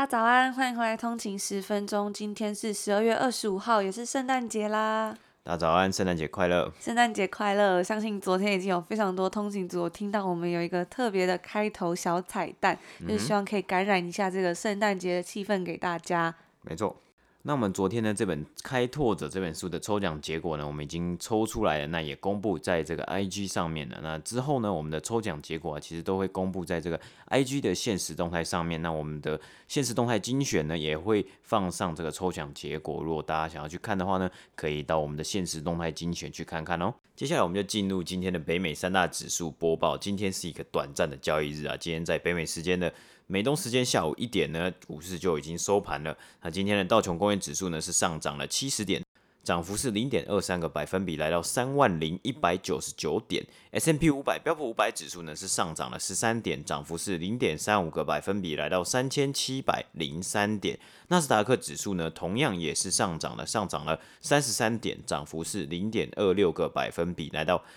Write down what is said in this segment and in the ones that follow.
大家早安，欢迎回来通勤10分钟。今天是12月25号，也是圣诞节啦。 大家早安，圣诞节快乐！ 圣诞节快乐！相信昨天已经有非常多通勤族听到我们有一个特别的开头小彩蛋，就是希望可以感染一下这个圣诞节的气氛给大家。 没错。那我们昨天呢，这本《开拓者》这本书的抽奖结果呢，我们已经抽出来了，那也公布在这个 IG 上面了。那之后呢，我们的抽奖结果其实都会公布在这个 IG 的限时动态上面。那我们的限时动态精选呢，也会放上这个抽奖结果。如果大家想要去看的话呢，可以到我们的限时动态精选去看看哦。接下来我们就进入今天的北美三大指数播报。今天是一个短暂的交易日啊，今天在北美时间的美东时间下午1点呢，股市就已经收盘了。那今天的道琼工业指数呢是上涨了70点，涨幅是0.23个百分比，来到30199点。S&P 500标普500指数呢是上涨了13点，涨幅是0.35个百分比，来到3703点。纳斯达克指数呢同样也是上涨了33点，涨幅是0.26个百分比，来到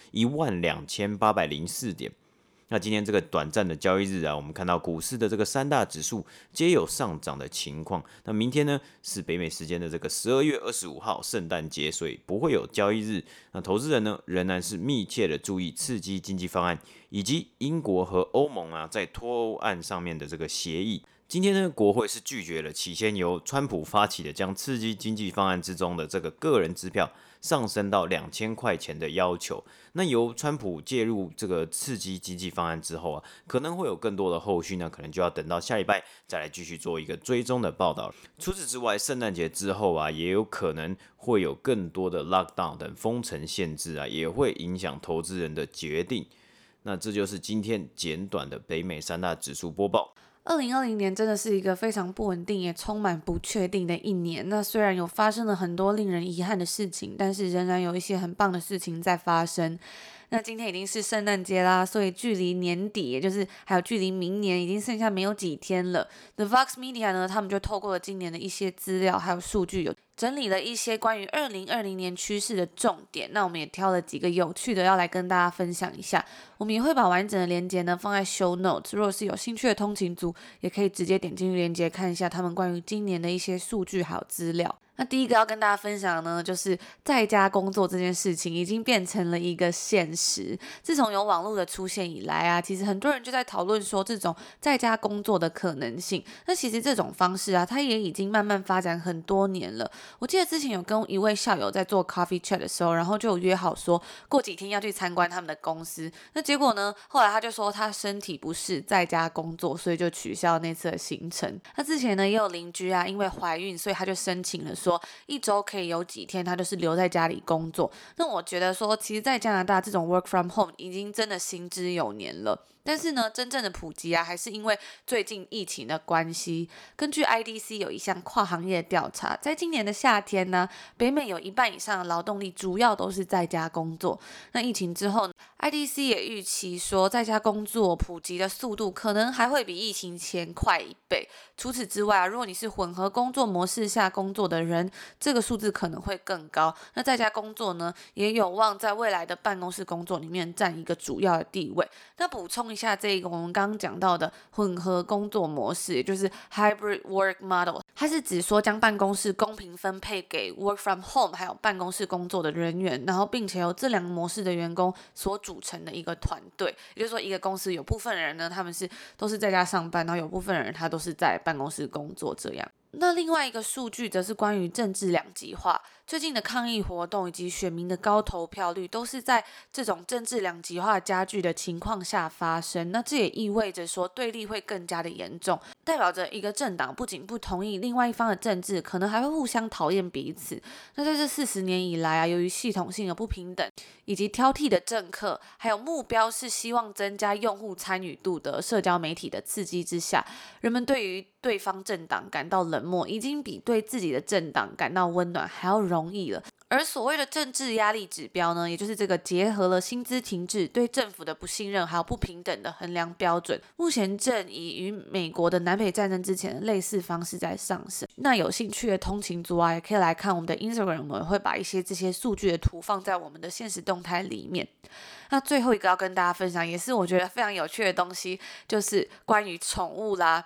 12804点。那今天这个短暂的交易日啊，我们看到股市的这个三大指数皆有上涨的情况。那明天呢是北美时间的这个12月25号圣诞节，所以不会有交易日。那投资人呢仍然是密切的注意刺激经济方案，以及英国和欧盟啊在脱欧案上面的这个协议。今天呢，国会是拒绝了起先由川普发起的将刺激经济方案之中的这个个人支票上升到2000块钱的要求。那由川普介入这个刺激经济方案之后啊，可能会有更多的后续呢，可能就要等到下礼拜再来继续做一个追踪的报道。除此之外，圣诞节之后啊，也有可能会有更多的 lockdown 等封城限制啊，也会影响投资人的决定。那这就是今天简短的北美三大指数播报。 2020年真的是一个非常不稳定也充满不确定的一年。那虽然有发生了很多令人遗憾的事情，但是仍然有一些很棒的事情在发生。那今天已经是圣诞节啦，所以距离年底，也就是还有距离明年，已经剩下没有几天了。The Vox Media 呢，他们就透过了今年的一些资料还有数据，有整理了一些关于2020年趋势的重点。那我们也挑了几个有趣的要来跟大家分享一下。我们也会把完整的连结呢放在 Show Notes， 如果是有兴趣的通勤族，也可以直接点进去连结看一下他们关于今年的一些数据还有资料。那第一个要跟大家分享的呢，就是在家工作这件事情已经变成了一个现实。自从有网络的出现以来啊，其实很多人就在讨论说这种在家工作的可能性。那其实这种方式啊，它也已经慢慢发展很多年了。我记得之前有跟一位校友在做 coffee chat 的时候，然后就有约好说过几天要去参观他们的公司。那结果呢，后来他就说他身体不适，在家工作，所以就取消那次的行程。那之前呢，也有邻居啊，因为怀孕，所以他就申请了说1周可以有几天他就是留在家里工作。那我觉得说，其实在加拿大这种 work from home 已经真的行之有年了。但是呢，真正的普及啊，还是因为最近疫情的关系。根据 IDC 有一项跨行业调查，在今年的夏天呢，北美有1半以上的劳动力主要都是在家工作。那疫情之后，IDC 也预期说，在家工作普及的速度可能还会比疫情前快1倍。除此之外啊，如果你是混合工作模式下工作的人，这个数字可能会更高。那在家工作呢，也有望在未来的办公室工作里面占一个主要的地位。那补充一下这个我们刚刚讲到的混合工作模式，也就是 hybrid work model， 它是指说将办公室公平分配给 work from home 还有办公室工作的人员，然后并且由这2个模式的员工所组成的一个团队。也就是说，一个公司有部分人呢，他们都是在家上班，然后有部分人他都是在办公室工作这样。那另外一个数据则是关于政治两极化。最近的抗议活动以及选民的高投票率都是在这种政治两极化加剧的情况下发生。那这也意味着说对立会更加的严重，代表着一个政党不仅不同意另外一方的政治，可能还会互相讨厌彼此。那在这40年以来啊，由于系统性的不平等以及挑剔的政客，还有目标是希望增加用户参与度的社交媒体的刺激之下，人们对于对方政党感到冷漠，已经比对自己的政党感到温暖还要容易了。而所谓的政治压力指标呢，也就是这个结合了薪资停滞、对政府的不信任还有不平等的衡量标准，目前正以与美国的南北战争之前的类似方式在上升。那有兴趣的通勤族啊，也可以来看我们的 Instagram， 我们会把一些这些数据的图放在我们的限时动态里面。那最后一个要跟大家分享，也是我觉得非常有趣的东西，就是关于宠物啦。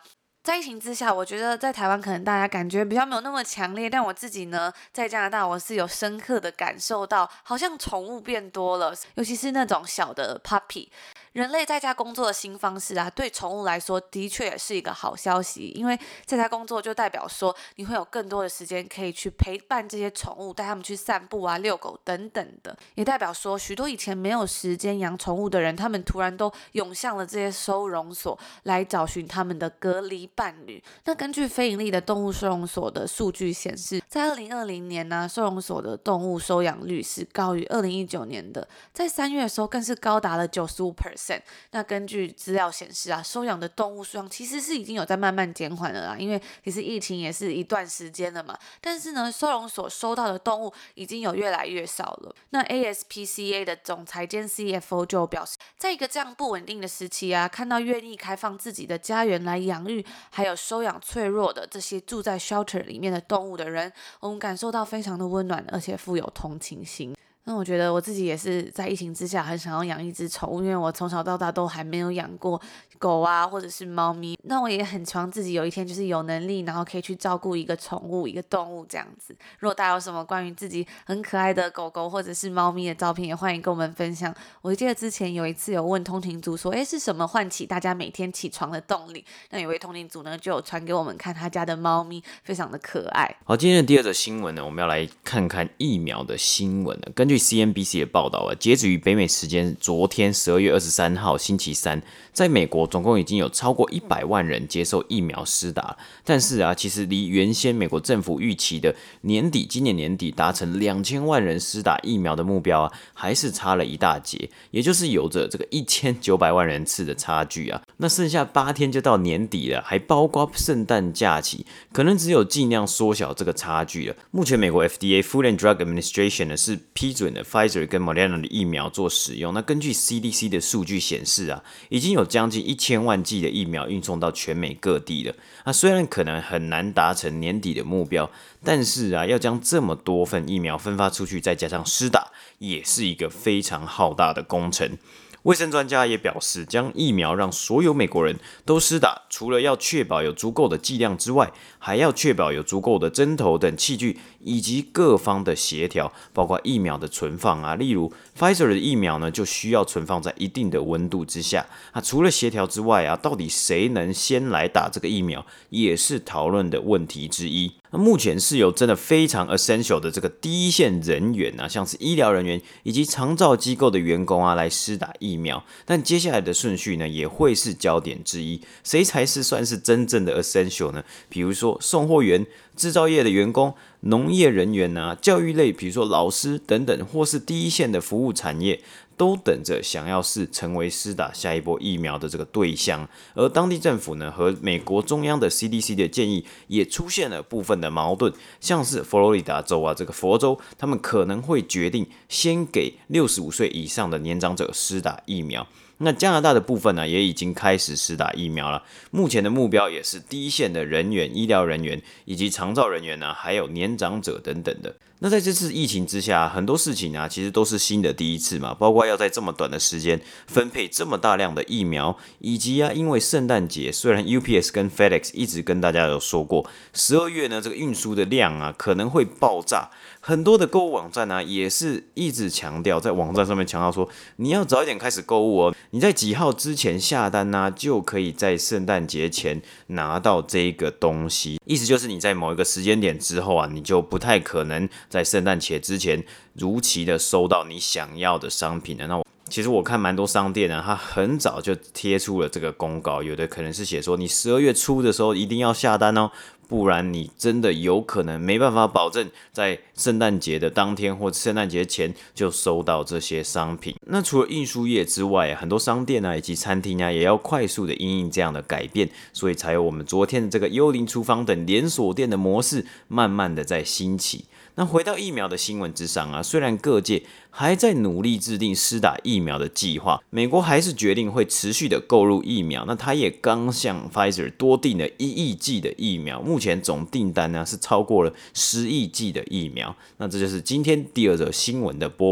在疫情之下，我觉得在台湾可能大家感觉比较没有那么强烈，但我自己呢，在加拿大我是有深刻的感受到，好像宠物变多了，尤其是那种小的 puppy。人类在家工作的新方式啊，对宠物来说的确也是一个好消息，因为在家工作就代表说你会有更多的时间可以去陪伴这些宠物，带它们去散步啊、遛狗等等的，也代表说许多以前没有时间养宠物的人，他们突然都涌向了这些收容所来找寻他们的隔离伴侣。那根据非营利的动物收容所的数据显示，在2020年呢，收容所的动物收养率是高于2019年的，在3月的时候更是高达了95%。那根据资料显示啊，收养的动物数量其实是已经有在慢慢减缓了啦，因为其实疫情也是一段时间了嘛。但是呢，收容所收到的动物已经有越来越少了。那 ASPCA 的总裁兼 CFO 就表示，在一个这样不稳定的时期啊，看到愿意开放自己的家园来养育，还有收养脆弱的这些住在 shelter 里面的动物的人，我们感受到非常的温暖，而且富有同情心。那我觉得我自己也是在疫情之下很想要养一只宠物，因为我从小到大都还没有养过狗啊或者是猫咪。那我也很希望自己有一天就是有能力，然后可以去照顾一个宠物、一个动物这样子。如果大家有什么关于自己很可爱的狗狗或者是猫咪的照片，也欢迎跟我们分享。我记得之前有一次有问通勤组说，是什么唤起大家每天起床的动力？那有位通勤组呢就有传给我们看他家的猫咪，非常的可爱。 好，今天的第二则新闻呢，我们要来看看疫苗的新闻了。根据 CNBC 的报道啊，截止于北美时间昨天12月23号星期三，在美国总共已经有超过100万人接受疫苗施打，但是啊，其实离原先美国政府预期的今年年底达成2000万人施打疫苗的目标啊，还是差了一大截，也就是有着这个1900万人次的差距啊。那剩下8天就到年底了，还包括圣诞假期，可能只有尽量缩小这个差距了。目前美国 FDA Food and Drug Administration 呢是批准了 Pfizer 跟 Moderna 的疫苗做使用。那根据 CDC 的数据显示啊，已经有将近1000万剂的疫苗运送到全美各地了。那虽然可能很难达成年底的目标，但是啊，要将这么多份疫苗分发出去，再加上施打，也是一个非常浩大的工程。卫生专家也表示，将疫苗让所有美国人都施打，除了要确保有足够的剂量之外，还要确保有足够的针头等器具，以及各方的协调，包括疫苗的存放啊。例如 Pfizer 的疫苗呢，就需要存放在一定的温度之下。除了协调之外啊，到底谁能先来打这个疫苗，也是讨论的问题之一。目前是由真的非常 essential 的这个第一线人员啊，像是医疗人员以及长照机构的员工啊，来施打疫苗。但接下来的顺序呢，也会是焦点之一。谁才是算是真正的 essential 呢？比如说送货员、制造业的员工、农业人员啊、教育类，比如说老师等等，或是第一线的服务产业，都等着想要成为施打下一波疫苗的这个对象。而当地政府呢，和美国中央的 CDC 的建议也出现了部分的矛盾，像是佛罗里达州啊，这个佛州，他们可能会决定先给65岁以上的年长者施打疫苗。那加拿大的部分呢，也已经开始施打疫苗了。目前的目标也是第一线的人员、医疗人员以及长照人员呢，还有年长者等等的。那在这次疫情之下，很多事情啊，其实都是新的第一次嘛，包括要在这么短的时间分配这么大量的疫苗，以及啊，因为圣诞节，虽然 UPS 跟 FedEx 一直跟大家有说过，12月呢这个运输的量啊可能会爆炸，很多的购物网站啊也是一直强调，在网站上面强调说，你要早一点开始购物哦，你在几号之前下单啊，就可以在圣诞节前拿到这个东西。意思就是你在某一个时间点之后啊，你就不太可能在圣诞节之前如期的收到你想要的商品了。那其实我看蛮多商店啊，它很早就贴出了这个公告，有的可能是写说你12月初的时候一定要下单哦，不然你真的有可能没办法保证在圣诞节的当天或圣诞节前就收到这些商品。那除了运输业之外，很多商店啊以及餐厅啊也要快速的因应这样的改变，所以才有我们昨天的这个幽灵厨房等连锁店的模式慢慢的在兴起。那回到疫苗的新闻之上啊，虽然各界还在努力制定施打疫苗的计划，美国还是决定会持续的购入疫苗。那他也刚向 Pfizer 多订了1亿剂的疫苗，目前总订单呢是超过了10亿剂的疫苗。那这就是今天第二则新闻的播报。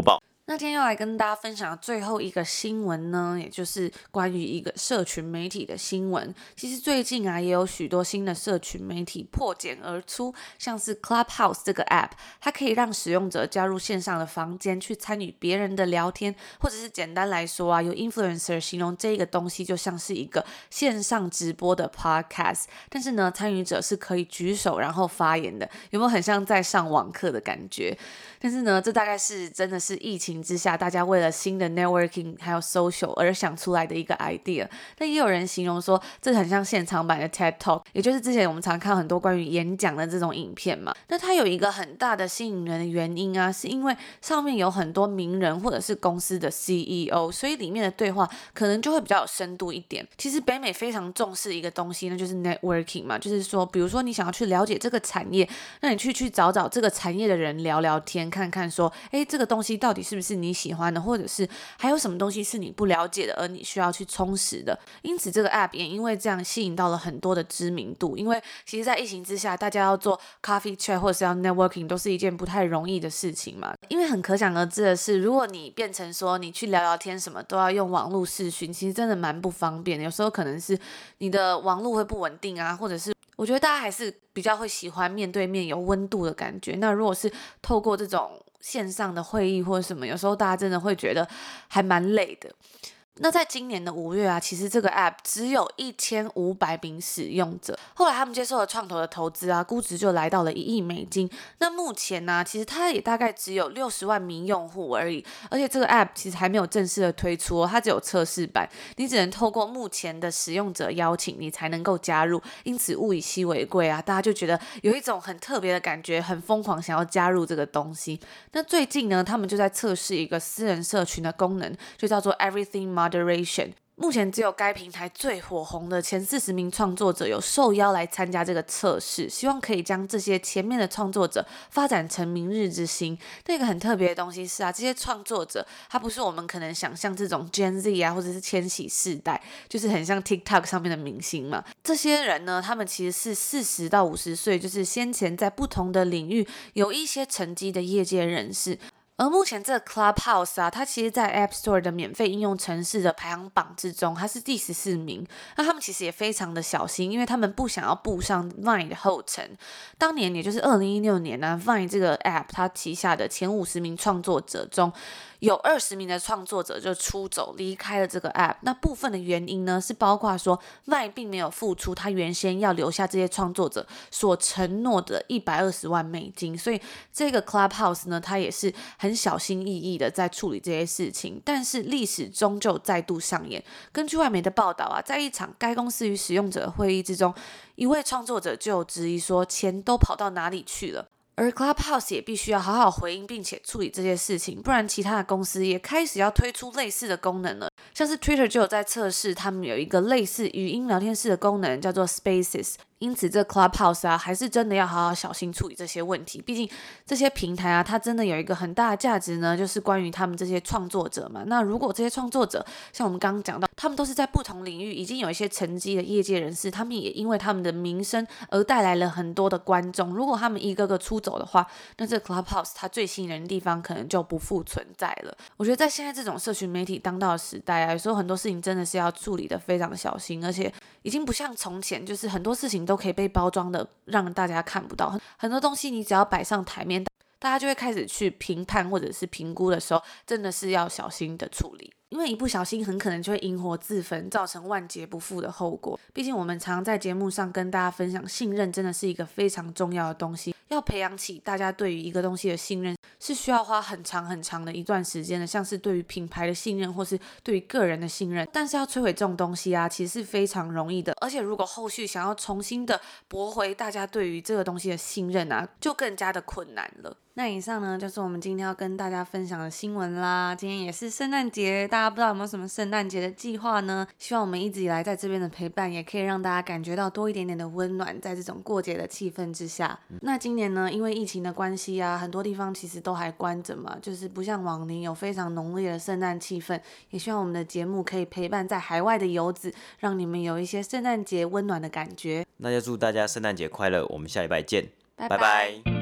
那今天要来跟大家分享的最后一个新闻呢，也就是关于一个社群媒体的新闻。其实最近啊，也有许多新的社群媒体破茧而出，像是 Clubhouse 这个 app， 它可以让使用者加入线上的房间去参与别人的聊天，或者是简单来说啊，有 influencer 形容这个东西就像是一个线上直播的 podcast， 但是呢，参与者是可以举手然后发言的，有没有很像在上网课的感觉？但是呢，这大概是真的是疫情之下，大家为了新的 networking 还有 social 而想出来的一个 idea。但也有人形容说，这很像现场版的 TED Talk， 也就是之前我们常看很多关于演讲的这种影片嘛。那它有一个很大的吸引人的原因啊，是因为上面有很多名人或者是公司的 CEO， 所以里面的对话可能就会比较有深度一点。其实北美非常重视一个东西，那就是 networking 嘛，就是说，比如说你想要去了解这个产业，那你去找找这个产业的人聊聊天。看看说，这个东西到底是不是你喜欢的，或者是还有什么东西是你不了解的，而你需要去充实的。因此这个 app 也因为这样吸引到了很多的知名度，因为其实在疫情之下，大家要做 coffee chat 或者是要 networking 都是一件不太容易的事情嘛。因为很可想而知的是，如果你变成说你去聊聊天什么都要用网络视讯，其实真的蛮不方便的。有时候可能是你的网络会不稳定啊，或者是我觉得大家还是比较会喜欢面对面有温度的感觉。那如果是透过这种线上的会议或者什么，有时候大家真的会觉得还蛮累的。那在今年的5月啊，其实这个 app 只有1500名使用者。后来他们接受了创投的投资啊，估值就来到了1亿美金。那目前呢，其实它也大概只有60万名用户而已，而且这个 app 其实还没有正式的推出哦，它只有测试版，你只能透过目前的使用者邀请，你才能够加入。因此物以稀为贵啊，大家就觉得有一种很特别的感觉，很疯狂想要加入这个东西。那最近呢，他们就在测试一个私人社群的功能，就叫做 Everything Moderation。目前只有该平台最火红的前40名创作者有受邀来参加这个测试，希望可以将这些前面的创作者发展成明日之星。那个很特别的东西是啊，这些创作者他不是我们可能想象这种 Gen Z 啊，或者是千禧世代，就是很像 TikTok 上面的明星嘛。这些人呢，他们其实是40到50岁，就是先前在不同的领域有一些成绩的业界人士。而目前这个 Clubhouse 啊，它其实在 App Store 的免费应用程式的排行榜之中，它是第14名。那他们其实也非常的小心，因为他们不想要步上 Vine 的后尘。当年也就是2016年呢，Vine 这个 App 它旗下的前50名创作者中，有20名的创作者就出走离开了这个 app。 那部分的原因呢，是包括说 Vine 并没有付出他原先要留下这些创作者所承诺的120万美金，所以这个 Clubhouse 呢，他也是很小心翼翼的在处理这些事情。但是历史终究再度上演。根据外媒的报道啊，在一场该公司与使用者的会议之中，一位创作者就有质疑说，钱都跑到哪里去了。而 Clubhouse 也必须要好好回应并且处理这些事情，不然其他的公司也开始要推出类似的功能了。像是 Twitter 就有在测试，他们有一个类似语音聊天室的功能，叫做 Spaces。因此这 Clubhouse 啊，还是真的要好好小心处理这些问题。毕竟这些平台啊，它真的有一个很大的价值呢，就是关于他们这些创作者嘛。那如果这些创作者像我们刚刚讲到，他们都是在不同领域已经有一些成绩的业界人士，他们也因为他们的名声而带来了很多的观众。如果他们一个个出走的话，那这 Clubhouse 它最吸引人的地方可能就不复存在了。我觉得在现在这种社群媒体当道的时代啊，有时候很多事情真的是要处理的非常小心，而且已经不像从前，就是很多事情都可以被包装的让大家看不到。很多东西你只要摆上台面，大家就会开始去评判或者是评估的时候，真的是要小心的处理。因为一不小心很可能就会引火自焚，造成万劫不复的后果。毕竟我们常在节目上跟大家分享，信任真的是一个非常重要的东西。要培养起大家对于一个东西的信任，是需要花很长很长的一段时间的，像是对于品牌的信任或是对于个人的信任。但是要摧毁这种东西啊，其实是非常容易的。而且如果后续想要重新的驳回大家对于这个东西的信任啊，就更加的困难了。那以上呢，就是我们今天要跟大家分享的新闻啦。今天也是圣诞节，大家不知道有没有什么圣诞节的计划呢？希望我们一直以来在这边的陪伴，也可以让大家感觉到多一点点的温暖，在这种过节的气氛之下。那今年呢，因为疫情的关系啊，很多地方其实都还关着嘛，就是不像往年有非常浓烈的圣诞气氛。也希望我们的节目可以陪伴在海外的游子，让你们有一些圣诞节温暖的感觉。 那就祝大家圣诞节快乐，我们下礼拜见，拜拜。